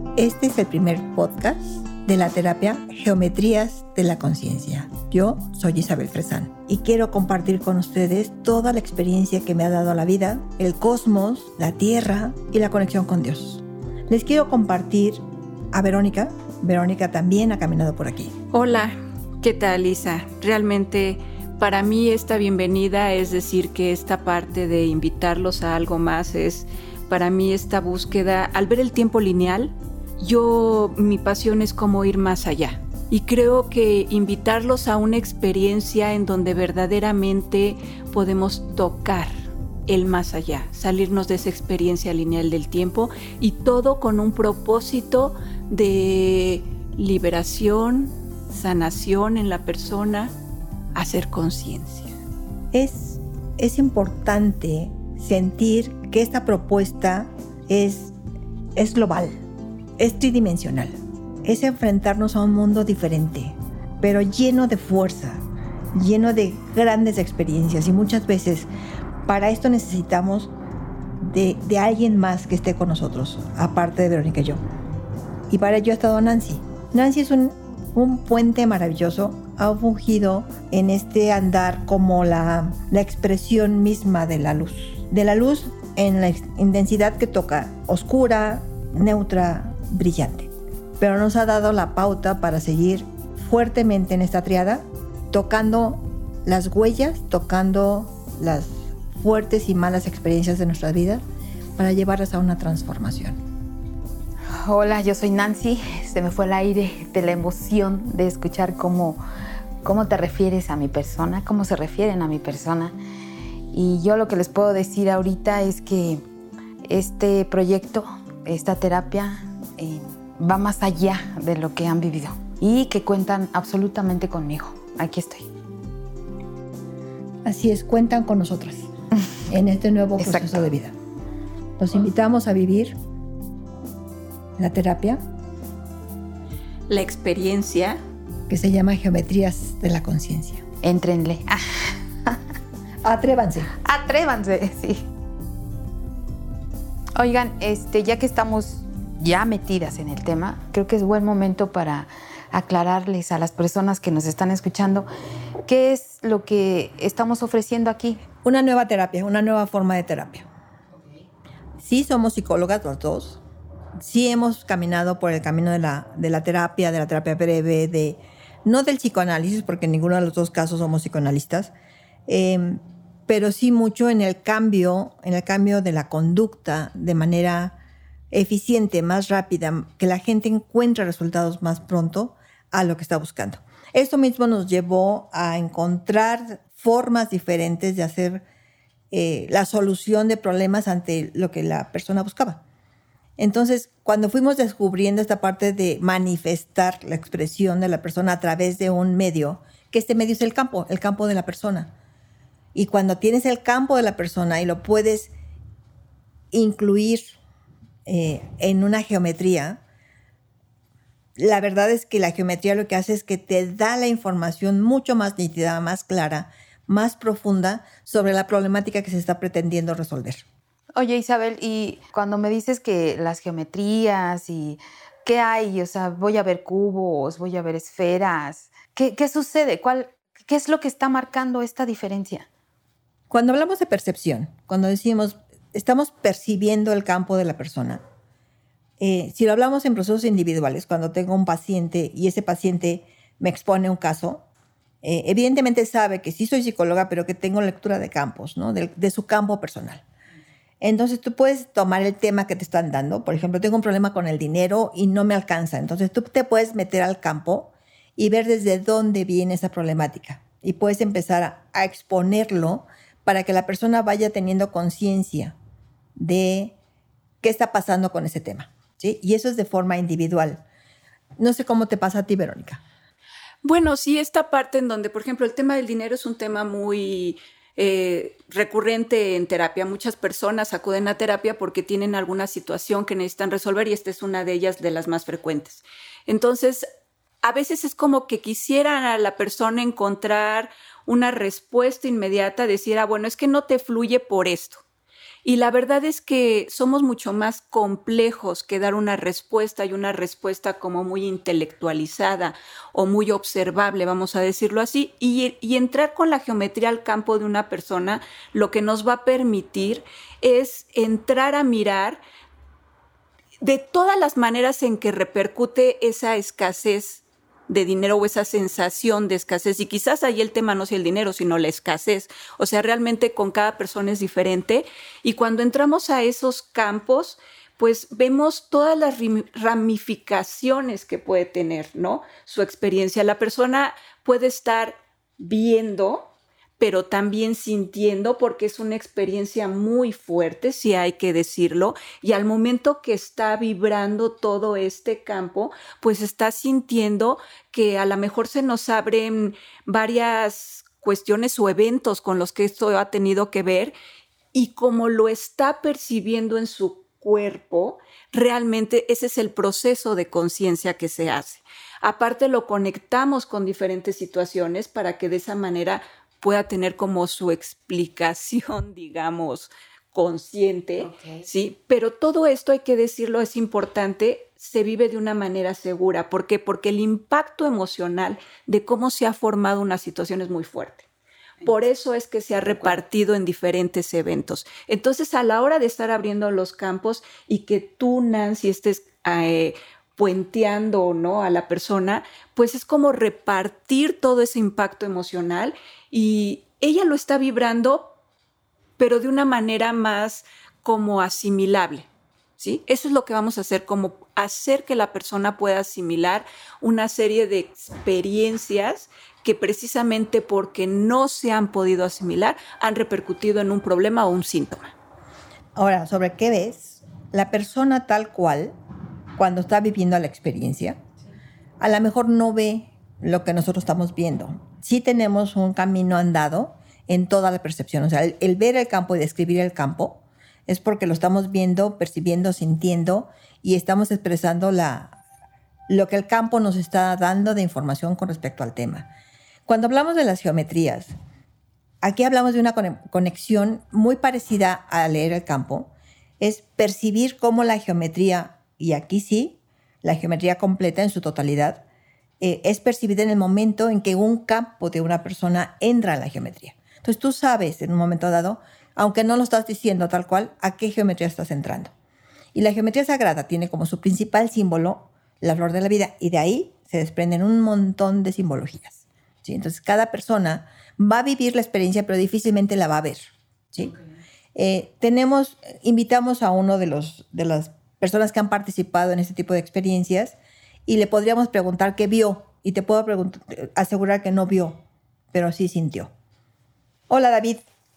Este es el primer podcast de la terapia Geometrías de la Conciencia. Yo soy Isabel Fresán y quiero compartir con ustedes toda la experiencia que me ha dado la vida, el cosmos, la tierra y la conexión con Dios. Les quiero compartir a Verónica. Verónica también ha caminado por aquí. Hola, ¿qué tal, Isa? Realmente para mí esta bienvenida, es decir, que esta parte de invitarlos a algo más es para mí esta búsqueda. Al ver el tiempo lineal, mi pasión es como ir más allá. Y creo que invitarlos a una experiencia en donde verdaderamente podemos tocar el más allá, salirnos de esa experiencia lineal del tiempo y todo con un propósito de liberación, sanación en la persona, hacer conciencia. Es importante sentir que esta propuesta es global, es tridimensional, es enfrentarnos a un mundo diferente, pero lleno de fuerza, lleno de grandes experiencias, y muchas veces para esto necesitamos de alguien más que esté con nosotros, aparte de Verónica y yo. Y para ello ha estado Nancy. Nancy es un puente maravilloso, ha fungido en este andar como la expresión misma de la luz en la intensidad que toca, oscura, neutra, brillante. Pero nos ha dado la pauta para seguir fuertemente en esta triada, tocando las huellas, tocando las fuertes y malas experiencias de nuestras vidas para llevarlas a una transformación. Hola, yo soy Nancy. Se me fue el aire de la emoción de escuchar cómo te refieres a mi persona, cómo se refieren a mi persona. Y yo lo que les puedo decir ahorita es que este proyecto, esta terapia, va más allá de lo que han vivido y que cuentan absolutamente conmigo. Aquí estoy. Así es, cuentan con nosotras en este nuevo proceso de vida. Los invitamos a vivir la terapia, la experiencia que se llama Geometrías de la Conciencia. Éntrenle. Atrévanse, sí. Oigan, ya que estamos ya metidas en el tema, creo que es buen momento para aclararles a las personas que nos están escuchando qué es lo que estamos ofreciendo aquí. Una nueva terapia, una nueva forma de terapia. Sí somos psicólogas los dos. Sí hemos caminado por el camino de la terapia breve, no del psicoanálisis, porque en ninguno de los dos casos somos psicoanalistas, pero sí mucho en el cambio de la conducta de manera eficiente, más rápida, que la gente encuentre resultados más pronto a lo que está buscando. Esto mismo nos llevó a encontrar formas diferentes de hacer la solución de problemas ante lo que la persona buscaba. Entonces, cuando fuimos descubriendo esta parte de manifestar la expresión de la persona a través de un medio, que este medio es el campo de la persona. Y cuando tienes el campo de la persona y lo puedes incluir en una geometría, la verdad es que la geometría lo que hace es que te da la información mucho más nítida, más clara, más profunda sobre la problemática que se está pretendiendo resolver. Oye, Isabel, y cuando me dices que las geometrías y qué hay, o sea, voy a ver cubos, voy a ver esferas, ¿qué sucede? ¿Qué es lo que está marcando esta diferencia? Cuando hablamos de percepción, cuando decimos estamos percibiendo el campo de la persona, si lo hablamos en procesos individuales, cuando tengo un paciente y ese paciente me expone un caso, evidentemente sabe que sí soy psicóloga, pero que tengo lectura de campos, ¿no? de su campo personal. Entonces tú puedes tomar el tema que te están dando. Por ejemplo, tengo un problema con el dinero y no me alcanza. Entonces tú te puedes meter al campo y ver desde dónde viene esa problemática. Y puedes empezar a exponerlo para que la persona vaya teniendo conciencia de qué está pasando con ese tema, ¿sí? Y eso es de forma individual. No sé cómo te pasa a ti, Verónica. Bueno, sí, esta parte en donde, por ejemplo, el tema del dinero es un tema muy recurrente en terapia. Muchas personas acuden a terapia porque tienen alguna situación que necesitan resolver y esta es una de ellas, de las más frecuentes. Entonces, a veces es como que quisiera a la persona encontrar una respuesta inmediata, decir, bueno, es que no te fluye por esto. Y la verdad es que somos mucho más complejos que dar una respuesta y una respuesta como muy intelectualizada o muy observable, vamos a decirlo así. Y entrar con la geometría al campo de una persona lo que nos va a permitir es entrar a mirar de todas las maneras en que repercute esa escasez de dinero o esa sensación de escasez. Y quizás ahí el tema no sea el dinero, sino la escasez. O sea, realmente con cada persona es diferente. Y cuando entramos a esos campos, pues vemos todas las ramificaciones que puede tener, ¿no? Su experiencia. La persona puede estar viendo, pero también sintiendo, porque es una experiencia muy fuerte, si hay que decirlo, y al momento que está vibrando todo este campo, pues está sintiendo que a lo mejor se nos abren varias cuestiones o eventos con los que esto ha tenido que ver, y como lo está percibiendo en su cuerpo, realmente ese es el proceso de conciencia que se hace. Aparte lo conectamos con diferentes situaciones para que de esa manera pueda tener como su explicación, digamos, consciente, okay. ¿Sí? Pero todo esto, hay que decirlo, es importante, se vive de una manera segura. ¿Por qué? Porque el impacto emocional de cómo se ha formado una situación es muy fuerte. Por eso es que se ha repartido en diferentes eventos. Entonces, a la hora de estar abriendo los campos y que tú, Nancy, estés puenteando, ¿no?, a la persona, pues es como repartir todo ese impacto emocional, y ella lo está vibrando, pero de una manera más como asimilable, ¿sí? Eso es lo que vamos a hacer, como hacer que la persona pueda asimilar una serie de experiencias que precisamente porque no se han podido asimilar, han repercutido en un problema o un síntoma. Ahora, ¿sobre qué ves? La persona tal cual, cuando está viviendo la experiencia, a lo mejor no ve lo que nosotros estamos viendo. Sí tenemos un camino andado en toda la percepción. O sea, el ver el campo y describir el campo es porque lo estamos viendo, percibiendo, sintiendo, y estamos expresando lo que el campo nos está dando de información con respecto al tema. Cuando hablamos de las geometrías, aquí hablamos de una conexión muy parecida a leer el campo. Es percibir cómo la geometría, y aquí sí, la geometría completa en su totalidad, es percibida en el momento en que un campo de una persona entra en la geometría. Entonces tú sabes en un momento dado, aunque no lo estás diciendo tal cual, a qué geometría estás entrando. Y la geometría sagrada tiene como su principal símbolo la flor de la vida, y de ahí se desprenden un montón de simbologías, ¿sí? Entonces cada persona va a vivir la experiencia, pero difícilmente la va a ver, ¿sí? Okay. Invitamos a uno de las personas que han participado en este tipo de experiencias, y le podríamos preguntar qué vio, y te puedo asegurar que no vio, pero sí sintió. Hola, David.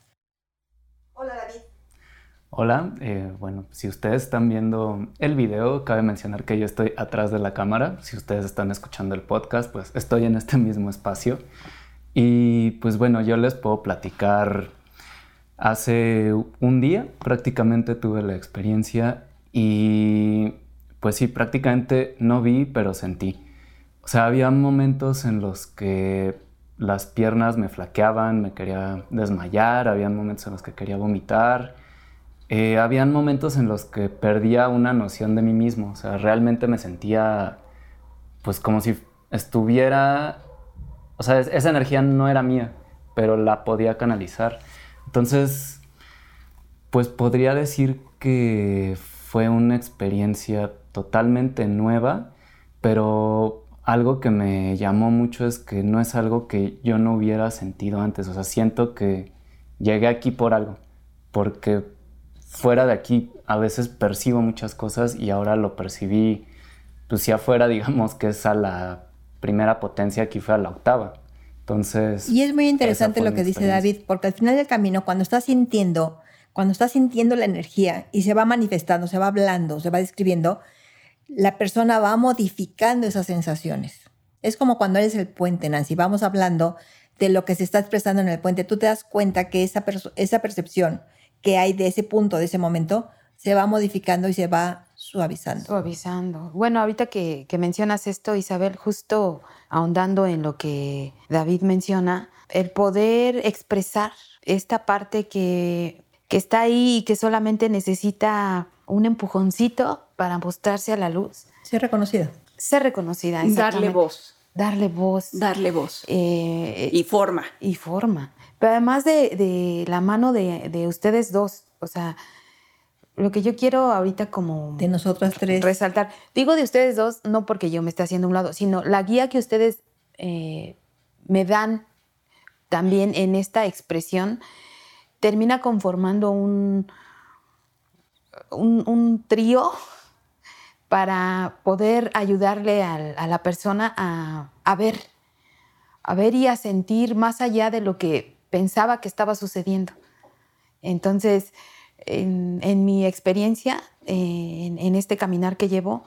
Hola, David. Hola, bueno, si ustedes están viendo el video, cabe mencionar que yo estoy atrás de la cámara. Si ustedes están escuchando el podcast, pues estoy en este mismo espacio. Y pues bueno, yo les puedo platicar. Hace un día prácticamente tuve la experiencia, y pues sí, prácticamente no vi, pero sentí. O sea, había momentos en los que las piernas me flaqueaban, me quería desmayar, había momentos en los que quería vomitar, habían momentos en los que perdía una noción de mí mismo. O sea, realmente me sentía pues como si estuviera... O sea, esa energía no era mía, pero la podía canalizar. Entonces, pues podría decir que fue una experiencia totalmente nueva, pero algo que me llamó mucho es que no es algo que yo no hubiera sentido antes. O sea, siento que llegué aquí por algo, porque fuera de aquí a veces percibo muchas cosas, y ahora lo percibí, pues si afuera digamos que es a la primera potencia, aquí fue a la octava. Entonces, y es muy interesante lo que dice David, porque al final del camino, cuando estás sintiendo la energía y se va manifestando, se va hablando, se va describiendo, la persona va modificando esas sensaciones. Es como cuando eres el puente, Nancy, vamos hablando de lo que se está expresando en el puente. Tú te das cuenta que esa percepción que hay de ese punto, de ese momento, se va modificando y se va suavizando. Suavizando. Bueno, ahorita que mencionas esto, Isabel, justo ahondando en lo que David menciona, el poder expresar esta parte que está ahí y que solamente necesita un empujoncito para mostrarse a la luz. Ser reconocida. Ser reconocida, Darle voz. Darle voz. Darle voz. Y forma. Y forma. Pero además de la mano de ustedes dos, o sea, lo que yo quiero ahorita como... De nosotras tres. Resaltar. Digo de ustedes dos, no porque yo me esté haciendo a un lado, sino la guía que ustedes me dan también en esta expresión termina conformando un trío para poder ayudarle a la persona a ver y a sentir más allá de lo que pensaba que estaba sucediendo. Entonces, en mi experiencia, en este caminar que llevo,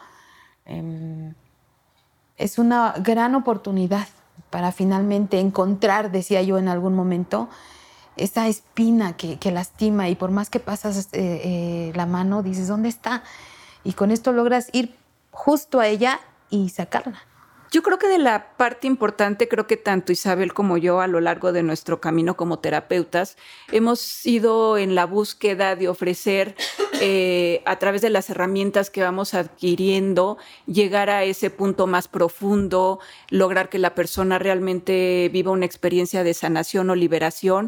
es una gran oportunidad para finalmente encontrar, decía yo en algún momento, esa espina que lastima, y por más que pasas la mano, dices, ¿dónde está? Y con esto logras ir justo a ella y sacarla. Yo creo que de la parte importante, creo que tanto Isabel como yo a lo largo de nuestro camino como terapeutas hemos ido en la búsqueda de ofrecer a través de las herramientas que vamos adquiriendo, llegar a ese punto más profundo, lograr que la persona realmente viva una experiencia de sanación o liberación,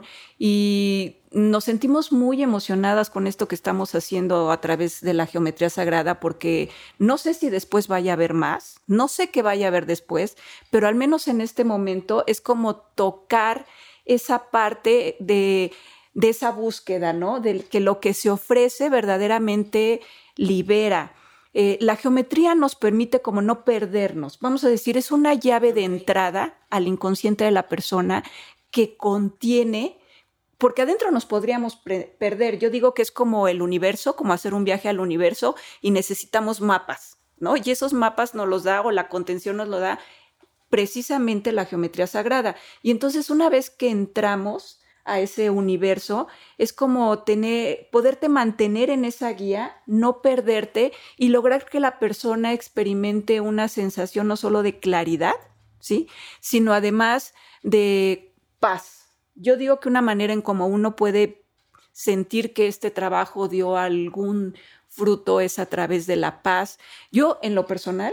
y nos sentimos muy emocionadas con esto que estamos haciendo a través de la geometría sagrada, porque no sé si después vaya a haber más, no sé qué vaya a haber después, pero al menos en este momento es como tocar esa parte de esa búsqueda, ¿no? De que lo que se ofrece verdaderamente libera. La geometría nos permite como no perdernos. Vamos a decir, es una llave de entrada al inconsciente de la persona que contiene, porque adentro nos podríamos perder. Yo digo que es como el universo, como hacer un viaje al universo, y necesitamos mapas, ¿no? Y esos mapas nos los da, o la contención nos lo da precisamente la geometría sagrada. Y entonces, una vez que entramos a ese universo, es como poderte mantener en esa guía, no perderte y lograr que la persona experimente una sensación no solo de claridad, ¿sí?, sino además de paz. Yo digo que una manera en cómo uno puede sentir que este trabajo dio algún fruto es a través de la paz. Yo, en lo personal,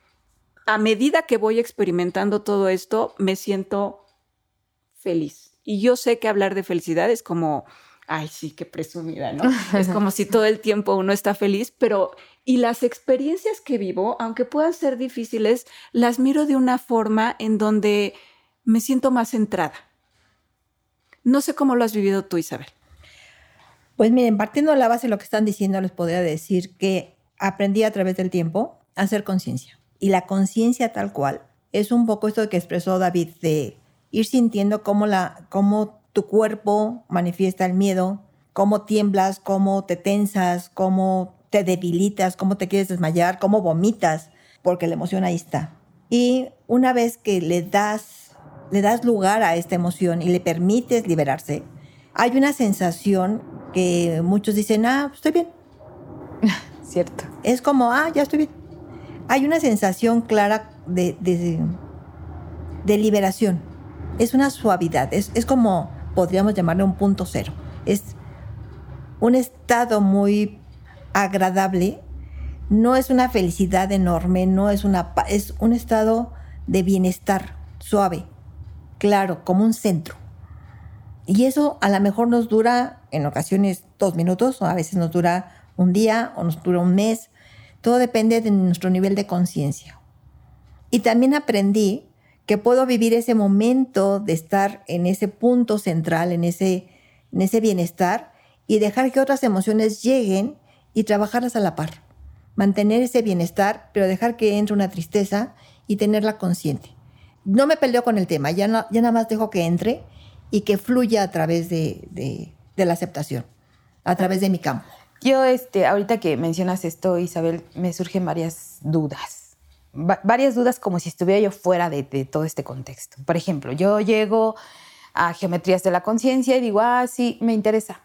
a medida que voy experimentando todo esto, me siento feliz. Y yo sé que hablar de felicidad es como, ay, sí, qué presumida, ¿no? Es como si todo el tiempo uno está feliz, y las experiencias que vivo, aunque puedan ser difíciles, las miro de una forma en donde me siento más centrada. No sé cómo lo has vivido tú, Isabel. Pues miren, partiendo de la base de lo que están diciendo, les podría decir que aprendí a través del tiempo a hacer conciencia. Y la conciencia tal cual es un poco esto que expresó David, de ir sintiendo cómo tu cuerpo manifiesta el miedo, cómo tiemblas, cómo te tensas, cómo te debilitas, cómo te quieres desmayar, cómo vomitas, porque la emoción ahí está. Y una vez que le das lugar a esta emoción y le permites liberarse, hay una sensación que muchos dicen, estoy bien. Cierto. Es como, ya estoy bien. Hay una sensación clara de liberación. Es una suavidad, es como, podríamos llamarle un punto cero. Es un estado muy agradable, no es una felicidad enorme, es un estado de bienestar suave, claro, como un centro. Y eso a lo mejor nos dura en ocasiones 2 minutos, o a veces nos dura un día, o nos dura un mes. Todo depende de nuestro nivel de conciencia. Y también aprendí que puedo vivir ese momento de estar en ese punto central, en ese bienestar, y dejar que otras emociones lleguen y trabajarlas a la par. Mantener ese bienestar, pero dejar que entre una tristeza y tenerla consciente. No me peleo con el tema, ya nada más dejo que entre y que fluya a través de la aceptación, a través de mi campo. Yo, ahorita que mencionas esto, Isabel, me surgen varias dudas. Varias dudas como si estuviera yo fuera de todo este contexto. Por ejemplo, yo llego a Geometrías de la Conciencia y digo, sí, me interesa.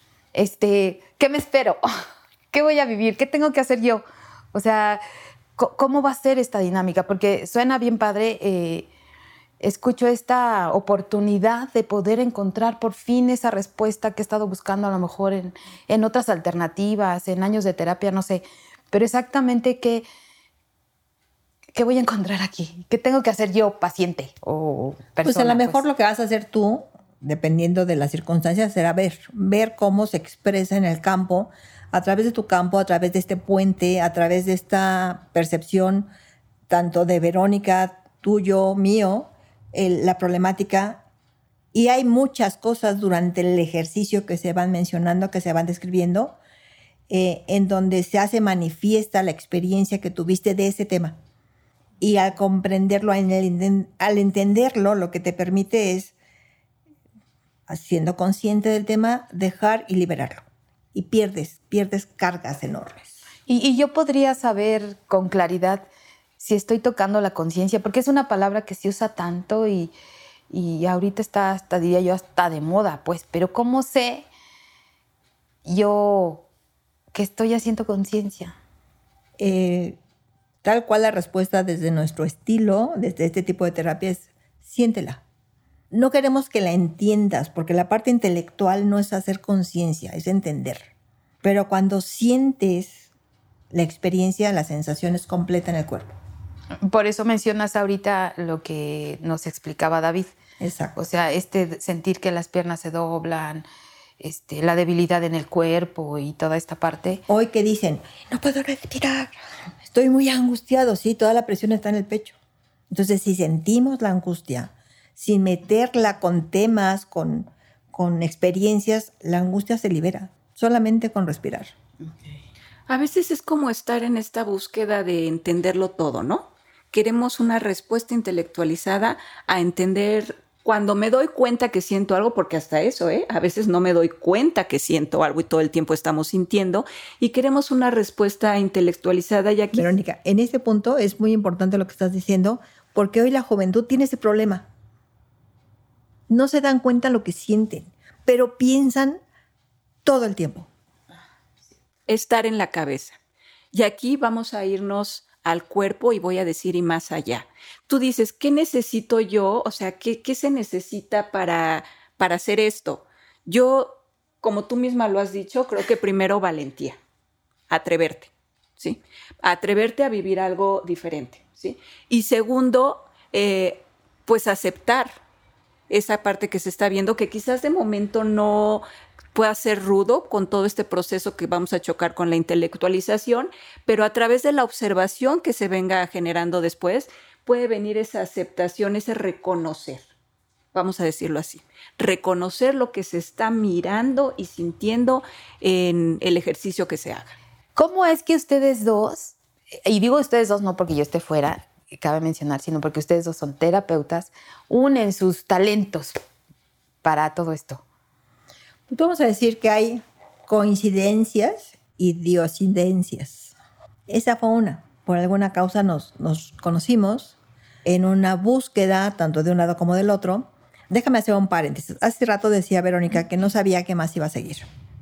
¿Qué me espero? ¿Qué voy a vivir? ¿Qué tengo que hacer yo? O sea, ¿cómo va a ser esta dinámica? Porque suena bien padre escucho esta oportunidad de poder encontrar por fin esa respuesta que he estado buscando a lo mejor en otras alternativas, en años de terapia, no sé. Pero exactamente qué voy a encontrar aquí, qué tengo que hacer yo, paciente o persona. Pues a lo mejor lo que vas a hacer tú, dependiendo de las circunstancias, será ver cómo se expresa en el campo, a través de tu campo, a través de este puente, a través de esta percepción tanto de Verónica, tuyo, mío, la problemática. Y hay muchas cosas durante el ejercicio que se van mencionando, que se van describiendo, en donde se hace manifiesta la experiencia que tuviste de ese tema. Y al comprenderlo, al entenderlo, lo que te permite es, siendo consciente del tema, dejar y liberarlo. Y pierdes cargas enormes. Y yo podría saber con claridad si estoy tocando la conciencia, porque es una palabra que se usa tanto y ahorita está, hasta diría yo, hasta de moda, pues. Pero ¿cómo sé yo que estoy haciendo conciencia? Tal cual la respuesta desde nuestro estilo, desde este tipo de terapia, es siéntela. No queremos que la entiendas, porque la parte intelectual no es hacer conciencia, es entender. Pero cuando sientes la experiencia, la sensación es completa en el cuerpo. Por eso mencionas ahorita lo que nos explicaba David. Exacto. O sea, sentir que las piernas se doblan, la debilidad en el cuerpo y toda esta parte. Hoy que dicen, no puedo respirar, estoy muy angustiado, sí, toda la presión está en el pecho. Entonces, si sentimos la angustia, sin meterla con temas, con experiencias, la angustia se libera, solamente con respirar. Okay. A veces es como estar en esta búsqueda de entenderlo todo, ¿no? Queremos una respuesta intelectualizada a entender cuando me doy cuenta que siento algo, porque hasta eso, a veces no me doy cuenta que siento algo y todo el tiempo estamos sintiendo y queremos una respuesta intelectualizada. Y aquí, Verónica, en este punto es muy importante lo que estás diciendo, porque hoy la juventud tiene ese problema. No se dan cuenta lo que sienten, pero piensan todo el tiempo. Estar en la cabeza. Y aquí vamos a irnos al cuerpo y voy a decir y más allá. Tú dices, ¿qué necesito yo? O sea, ¿qué se necesita para hacer esto? Yo, como tú misma lo has dicho, creo que primero valentía, atreverte, ¿sí? Atreverte a vivir algo diferente, ¿sí? Y segundo, pues aceptar esa parte que se está viendo, que quizás de momento no pueda ser rudo con todo este proceso que vamos a chocar con la intelectualización, pero a través de la observación que se venga generando después, puede venir esa aceptación, ese reconocer, vamos a decirlo así, reconocer lo que se está mirando y sintiendo en el ejercicio que se haga. ¿Cómo es que ustedes dos, y digo ustedes dos no porque yo esté fuera, cabe mencionar, sino porque ustedes dos son terapeutas, unen sus talentos para todo esto? Pues vamos a decir que hay coincidencias y diosidencias. Esa fue una. Por alguna causa nos conocimos en una búsqueda tanto de un lado como del otro. Déjame hacer un paréntesis. Hace rato decía Verónica que no sabía qué más iba a seguir.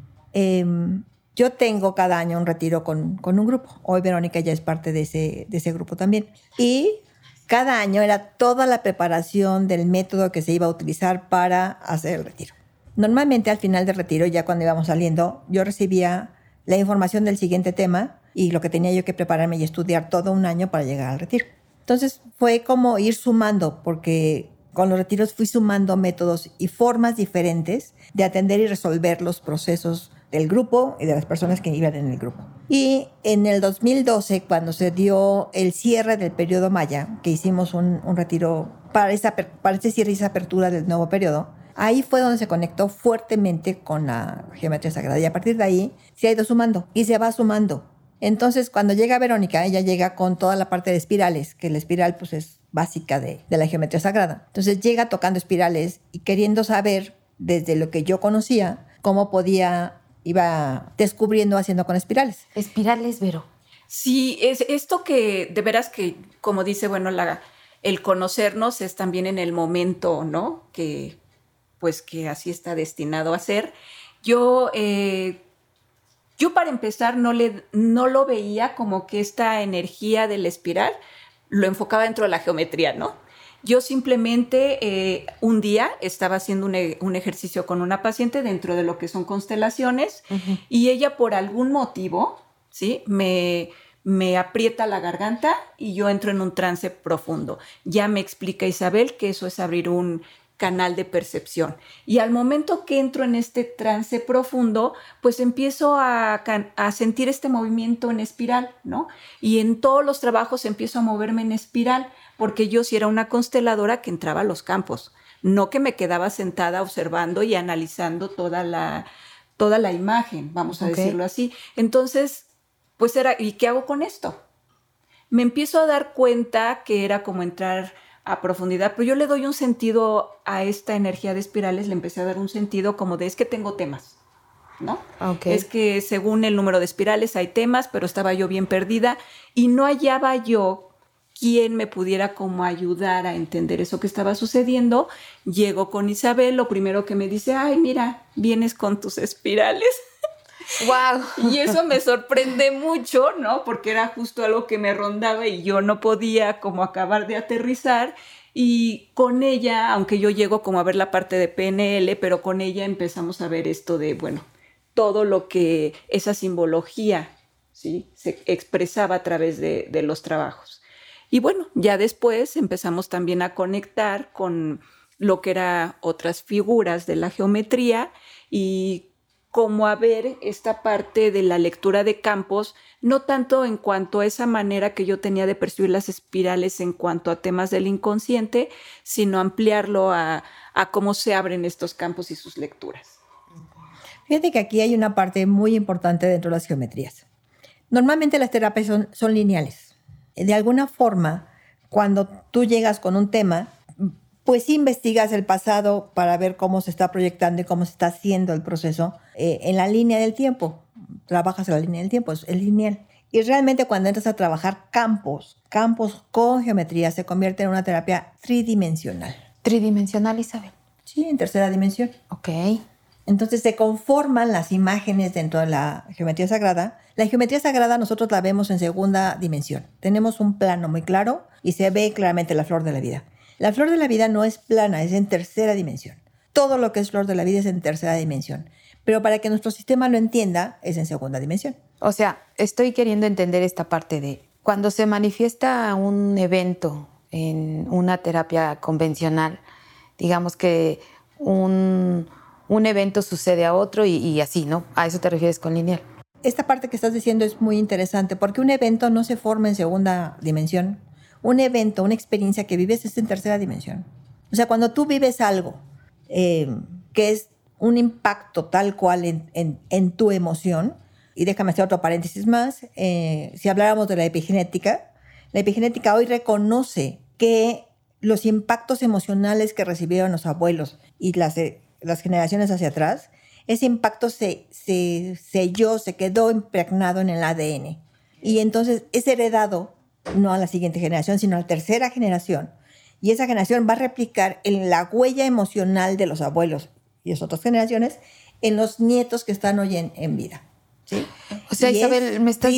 Yo tengo cada año un retiro con un grupo. Hoy Verónica ya es parte de ese grupo también. Y cada año era toda la preparación del método que se iba a utilizar para hacer el retiro. Normalmente al final del retiro, ya cuando íbamos saliendo, yo recibía la información del siguiente tema y lo que tenía yo que prepararme y estudiar todo un año para llegar al retiro. Entonces fue como ir sumando, porque con los retiros fui sumando métodos y formas diferentes de atender y resolver los procesos del grupo y de las personas que iban en el grupo. Y en el 2012, cuando se dio el cierre del periodo Maya, que hicimos un retiro para ese cierre y esa apertura del nuevo periodo, ahí fue donde se conectó fuertemente con la geometría sagrada. Y a partir de ahí se ha ido sumando y se va sumando. Entonces, cuando llega Verónica, ella llega con toda la parte de espirales, que la espiral pues, es básica de la geometría sagrada. Entonces llega tocando espirales y queriendo saber, desde lo que yo conocía, cómo iba descubriendo haciendo con espirales. Espirales, Vero. Sí, es esto que de veras que, como dice, bueno, el conocernos es también en el momento, ¿no? Que así está destinado a ser. Yo para empezar no lo veía como que esta energía de la espiral lo enfocaba dentro de la geometría, ¿no? Yo simplemente un día estaba haciendo un ejercicio con una paciente dentro de lo que son constelaciones y ella por algún motivo, ¿sí? Me aprieta la garganta y yo entro en un trance profundo. Ya me explica Isabel que eso es abrir un canal de percepción. Y al momento que entro en este trance profundo, pues empiezo a sentir este movimiento en espiral, ¿no? Y en todos los trabajos empiezo a moverme en espiral, porque yo sí era una consteladora que entraba a los campos, no que me quedaba sentada observando y analizando toda la imagen, vamos a decirlo así. Entonces, pues era, ¿y qué hago con esto? Me empiezo a dar cuenta que era como entrar a profundidad, pero yo le doy un sentido a esta energía de espirales, le empecé a dar un sentido como de, es que tengo temas, ¿no? Es que según el número de espirales hay temas, pero estaba yo bien perdida y no hallaba yo quién me pudiera como ayudar a entender eso que estaba sucediendo. Llego con Isabel, lo primero que me dice, ay, mira, vienes con tus espirales. ¡Wow! Y eso me sorprende mucho, ¿no? Porque era justo algo que me rondaba y yo no podía como acabar de aterrizar. Y con ella, aunque yo llego como a ver la parte de PNL, pero con ella empezamos a ver esto de, bueno, todo lo que esa simbología, ¿sí? Se expresaba a través de los trabajos. Y bueno, ya después empezamos también a conectar con lo que eran otras figuras de la geometría y como a ver esta parte de la lectura de campos, no tanto en cuanto a esa manera que yo tenía de percibir las espirales en cuanto a temas del inconsciente, sino ampliarlo a cómo se abren estos campos y sus lecturas. Fíjate que aquí hay una parte muy importante dentro de las geometrías. Normalmente las terapias son lineales. De alguna forma, cuando tú llegas con un tema, pues investigas el pasado para ver cómo se está proyectando y cómo se está haciendo el proceso en la línea del tiempo. Trabajas en la línea del tiempo, es lineal. Y realmente cuando entras a trabajar campos con geometría, se convierte en una terapia tridimensional. ¿Tridimensional, Isabel? Sí, en tercera dimensión. Ok. Entonces se conforman las imágenes dentro de la geometría sagrada. La geometría sagrada nosotros la vemos en segunda dimensión. Tenemos un plano muy claro y se ve claramente la flor de la vida. La flor de la vida no es plana, es en tercera dimensión. Todo lo que es flor de la vida es en tercera dimensión. Pero para que nuestro sistema lo entienda, es en segunda dimensión. O sea, estoy queriendo entender esta parte de cuando se manifiesta un evento en una terapia convencional, digamos que un evento sucede a otro y así, ¿no? ¿A eso te refieres con lineal? Esta parte que estás diciendo es muy interesante porque un evento no se forma en segunda dimensión. Un evento, una experiencia que vives es en tercera dimensión. O sea, cuando tú vives algo que es un impacto tal cual en tu emoción, y déjame hacer otro paréntesis más, si habláramos de la epigenética hoy reconoce que los impactos emocionales que recibieron los abuelos y las generaciones hacia atrás, ese impacto se selló, se quedó impregnado en el ADN. Y entonces es heredado no a la siguiente generación, sino a la tercera generación. Y esa generación va a replicar en la huella emocional de los abuelos y las otras generaciones en los nietos que están hoy en vida. ¿Sí? O sea, Isabel, me estás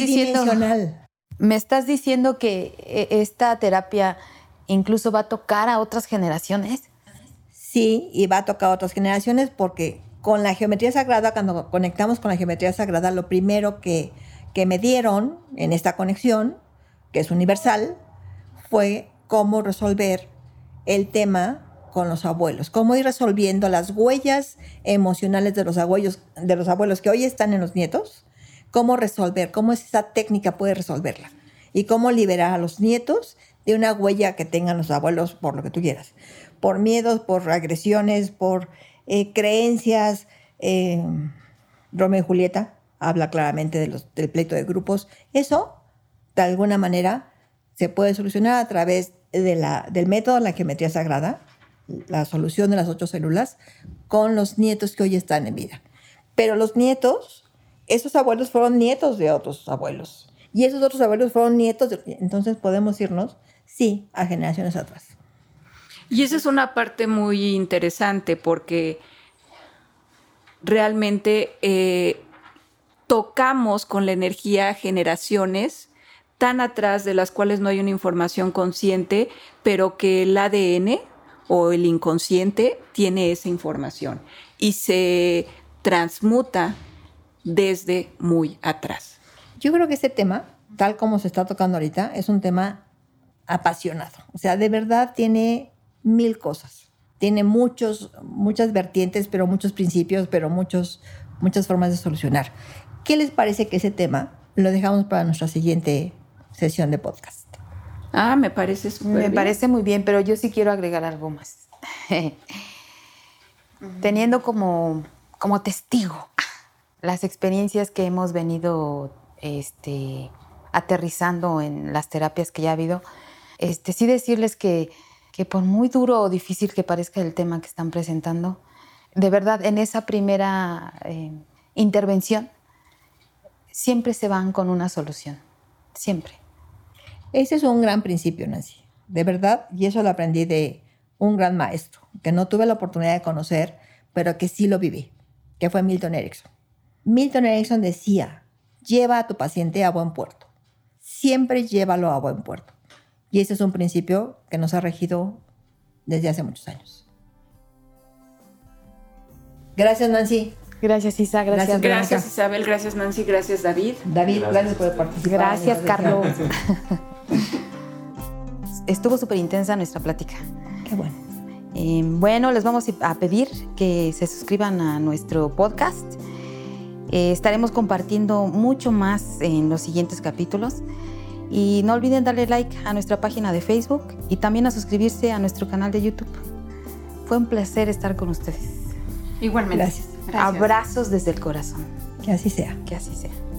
diciendo que esta terapia incluso va a tocar a otras generaciones. Sí, y va a tocar a otras generaciones porque con la geometría sagrada, cuando conectamos con la geometría sagrada, lo primero que me dieron en esta conexión, que es universal, fue cómo resolver el tema con los abuelos, cómo ir resolviendo las huellas emocionales de los abuelos que hoy están en los nietos, cómo resolver, cómo esa técnica puede resolverla y cómo liberar a los nietos de una huella que tengan los abuelos por lo que tú quieras, por miedos, por agresiones, por creencias. Romeo y Julieta habla claramente del pleito de grupos. Eso, de alguna manera, se puede solucionar a través del método de la geometría sagrada, la solución de las 8 células, con los nietos que hoy están en vida. Pero los nietos, esos abuelos fueron nietos de otros abuelos. Y esos otros abuelos fueron nietos entonces podemos irnos, sí, a generaciones atrás. Y esa es una parte muy interesante porque realmente tocamos con la energía generaciones tan atrás, de las cuales no hay una información consciente, pero que el ADN o el inconsciente tiene esa información y se transmuta desde muy atrás. Yo creo que ese tema, tal como se está tocando ahorita, es un tema apasionado. O sea, de verdad tiene 1000 cosas. Tiene muchas vertientes, pero muchos principios, pero muchas formas de solucionar. ¿Qué les parece que ese tema lo dejamos para nuestra siguiente sesión de podcast? Me parece súper bien. Me parece muy bien, pero yo sí quiero agregar algo más. Teniendo como testigo las experiencias que hemos venido aterrizando en las terapias que ya ha habido, sí decirles que por muy duro o difícil que parezca el tema que están presentando, de verdad, en esa primera intervención, siempre se van con una solución. Siempre. Ese es un gran principio, Nancy. De verdad, y eso lo aprendí de un gran maestro, que no tuve la oportunidad de conocer, pero que sí lo viví, que fue Milton Erickson. Milton Erickson decía, lleva a tu paciente a buen puerto. Siempre llévalo a buen puerto. Y ese es un principio que nos ha regido desde hace muchos años. Gracias, Nancy. Gracias, Isa. Gracias, gracias Isabel. Gracias, Nancy. Gracias, David. David, gracias por participar. Gracias, Carlos. Estuvo súper intensa nuestra plática. Qué bueno. Bueno, les vamos a pedir que se suscriban a nuestro podcast. Estaremos compartiendo mucho más en los siguientes capítulos. Y no olviden darle like a nuestra página de Facebook y también a suscribirse a nuestro canal de YouTube. Fue un placer estar con ustedes. Igualmente. Gracias. Abrazos desde el corazón. Que así sea. Que así sea.